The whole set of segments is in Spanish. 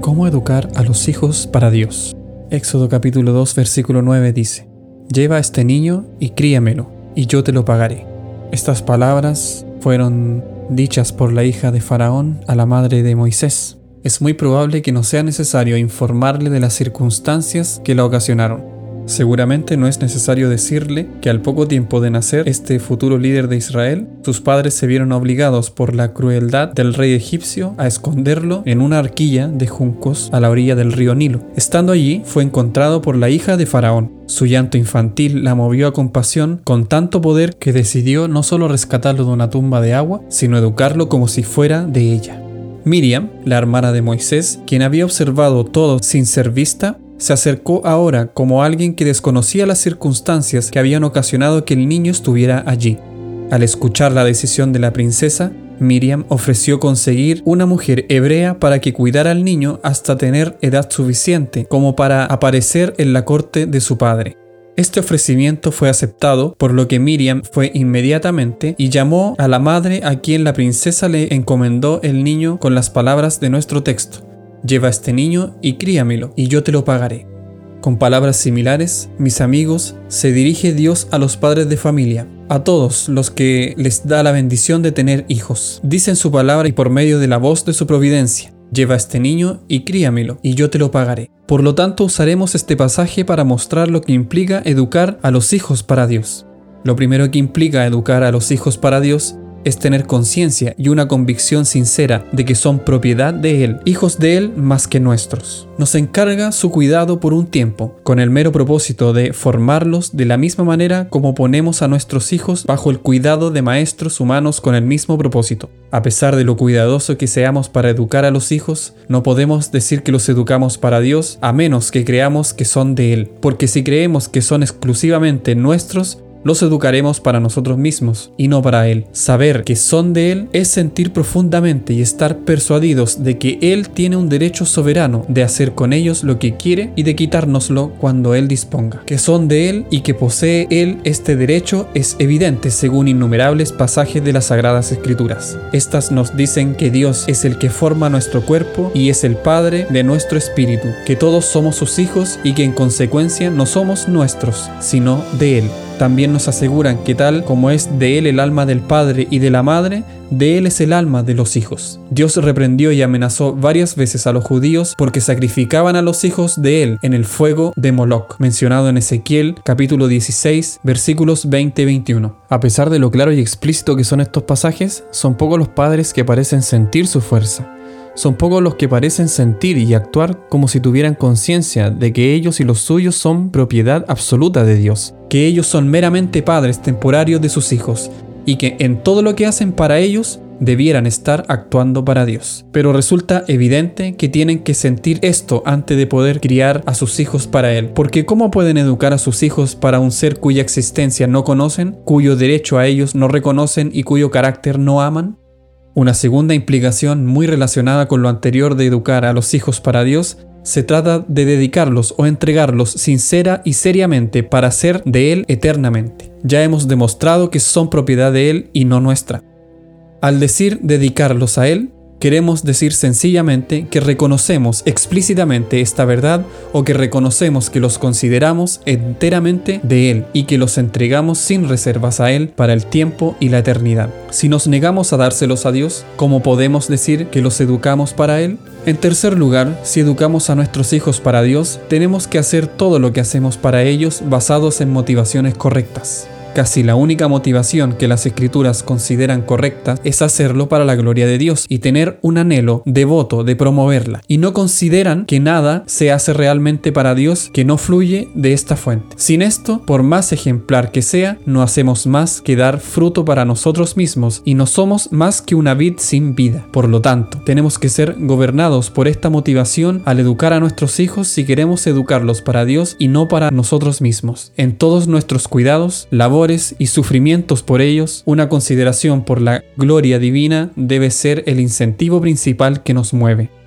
¿Cómo educar a los hijos para Dios? Éxodo capítulo 2, versículo 9 dice: Lleva a este niño y críamelo, y yo te lo pagaré. Estas palabras fueron dichas por la hija de Faraón a la madre de Moisés. Es muy probable que no sea necesario informarle de las circunstancias que la ocasionaron. Seguramente no es necesario decirle que al poco tiempo de nacer este futuro líder de Israel, sus padres se vieron obligados por la crueldad del rey egipcio a esconderlo en una arquilla de juncos a la orilla del río Nilo. Estando allí, fue encontrado por la hija de Faraón. Su llanto infantil la movió a compasión con tanto poder que decidió no solo rescatarlo de una tumba de agua, sino educarlo como si fuera de ella. Miriam, la hermana de Moisés, quien había observado todo sin ser vista, se acercó ahora como alguien que desconocía las circunstancias que habían ocasionado que el niño estuviera allí. Al escuchar la decisión de la princesa, Miriam ofreció conseguir una mujer hebrea para que cuidara al niño hasta tener edad suficiente como para aparecer en la corte de su padre. Este ofrecimiento fue aceptado, por lo que Miriam fue inmediatamente y llamó a la madre a quien la princesa le encomendó el niño con las palabras de nuestro texto: Lleva a este niño y críamelo, y yo te lo pagaré. Con palabras similares, mis amigos, se dirige Dios a los padres de familia, a todos los que les da la bendición de tener hijos. Dice en su palabra y por medio de la voz de su providencia: Lleva a este niño y críamelo, y yo te lo pagaré. Por lo tanto, usaremos este pasaje para mostrar lo que implica educar a los hijos para Dios. Lo primero que implica educar a los hijos para Dios es tener conciencia y una convicción sincera de que son propiedad de Él, hijos de Él más que nuestros. Nos encarga su cuidado por un tiempo, con el mero propósito de formarlos de la misma manera como ponemos a nuestros hijos bajo el cuidado de maestros humanos con el mismo propósito. A pesar de lo cuidadoso que seamos para educar a los hijos, no podemos decir que los educamos para Dios a menos que creamos que son de Él, porque si creemos que son exclusivamente nuestros, los educaremos para nosotros mismos y no para Él. Saber que son de Él es sentir profundamente y estar persuadidos de que Él tiene un derecho soberano de hacer con ellos lo que quiere y de quitárnoslo cuando Él disponga. Que son de Él y que posee Él este derecho es evidente según innumerables pasajes de las Sagradas Escrituras. Estas nos dicen que Dios es el que forma nuestro cuerpo y es el Padre de nuestro espíritu, que todos somos sus hijos y que en consecuencia no somos nuestros, sino de Él. También nos aseguran que tal como es de Él el alma del Padre y de la Madre, de Él es el alma de los hijos. Dios reprendió y amenazó varias veces a los judíos porque sacrificaban a los hijos de Él en el fuego de Moloc, mencionado en Ezequiel capítulo 16, versículos 20 y 21. A pesar de lo claro y explícito que son estos pasajes, son pocos los padres que parecen sentir su fuerza. Son pocos los que parecen sentir y actuar como si tuvieran conciencia de que ellos y los suyos son propiedad absoluta de Dios, que ellos son meramente padres temporarios de sus hijos y que en todo lo que hacen para ellos debieran estar actuando para Dios. Pero resulta evidente que tienen que sentir esto antes de poder criar a sus hijos para Él, porque ¿cómo pueden educar a sus hijos para un ser cuya existencia no conocen, cuyo derecho a ellos no reconocen y cuyo carácter no aman? Una segunda implicación muy relacionada con lo anterior de educar a los hijos para Dios se trata de dedicarlos o entregarlos sincera y seriamente para ser de Él eternamente. Ya hemos demostrado que son propiedad de Él y no nuestra. Al decir dedicarlos a Él, queremos decir sencillamente que reconocemos explícitamente esta verdad o que reconocemos que los consideramos enteramente de Él y que los entregamos sin reservas a Él para el tiempo y la eternidad. Si nos negamos a dárselos a Dios, ¿cómo podemos decir que los educamos para Él? En tercer lugar, si educamos a nuestros hijos para Dios, tenemos que hacer todo lo que hacemos para ellos basados en motivaciones correctas. Casi la única motivación que las Escrituras consideran correcta es hacerlo para la gloria de Dios y tener un anhelo devoto de promoverla. Y no consideran que nada se hace realmente para Dios que no fluye de esta fuente. Sin esto, por más ejemplar que sea, no hacemos más que dar fruto para nosotros mismos y no somos más que una vid sin vida. Por lo tanto, tenemos que ser gobernados por esta motivación al educar a nuestros hijos si queremos educarlos para Dios y no para nosotros mismos. En todos nuestros cuidados, labores y sufrimientos por ellos, una consideración por la gloria divina debe ser el incentivo principal que nos mueve.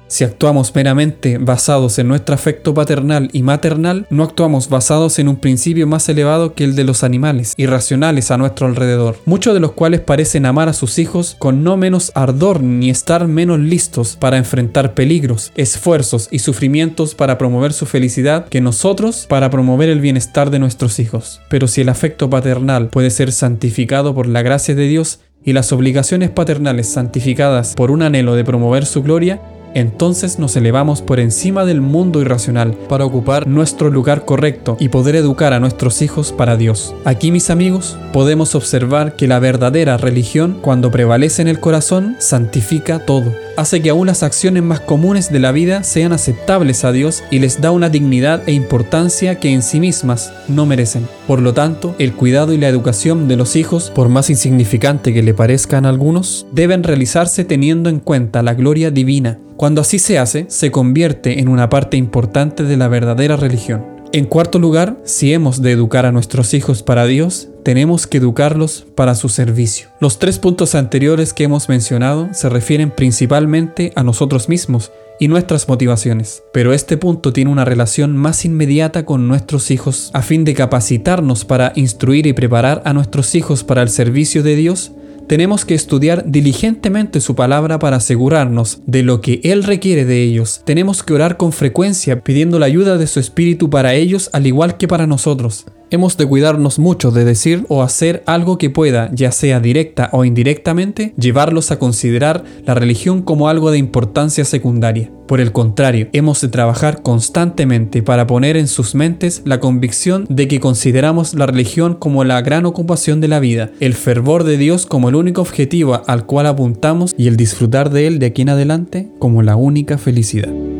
Si actuamos meramente basados en nuestro afecto paternal y maternal, no actuamos basados en un principio más elevado que el de los animales irracionales a nuestro alrededor, muchos de los cuales parecen amar a sus hijos con no menos ardor ni estar menos listos para enfrentar peligros, esfuerzos y sufrimientos para promover su felicidad que nosotros para promover el bienestar de nuestros hijos. Pero si el afecto paternal puede ser santificado por la gracia de Dios y las obligaciones paternales santificadas por un anhelo de promover su gloria, entonces nos elevamos por encima del mundo irracional para ocupar nuestro lugar correcto y poder educar a nuestros hijos para Dios. Aquí, mis amigos, podemos observar que la verdadera religión, cuando prevalece en el corazón, santifica todo. Hace que aún las acciones más comunes de la vida sean aceptables a Dios y les da una dignidad e importancia que en sí mismas no merecen. Por lo tanto, el cuidado y la educación de los hijos, por más insignificante que le parezcan a algunos, deben realizarse teniendo en cuenta la gloria divina. Cuando así se hace, se convierte en una parte importante de la verdadera religión. En cuarto lugar, si hemos de educar a nuestros hijos para Dios, tenemos que educarlos para su servicio. Los 3 puntos anteriores que hemos mencionado se refieren principalmente a nosotros mismos y nuestras motivaciones, pero este punto tiene una relación más inmediata con nuestros hijos. A fin de capacitarnos para instruir y preparar a nuestros hijos para el servicio de Dios, tenemos que estudiar diligentemente su palabra para asegurarnos de lo que Él requiere de ellos. Tenemos que orar con frecuencia pidiendo la ayuda de su Espíritu para ellos al igual que para nosotros. Hemos de cuidarnos mucho de decir o hacer algo que pueda, ya sea directa o indirectamente, llevarlos a considerar la religión como algo de importancia secundaria. Por el contrario, hemos de trabajar constantemente para poner en sus mentes la convicción de que consideramos la religión como la gran ocupación de la vida, el fervor de Dios como el único objetivo al cual apuntamos y el disfrutar de Él de aquí en adelante como la única felicidad.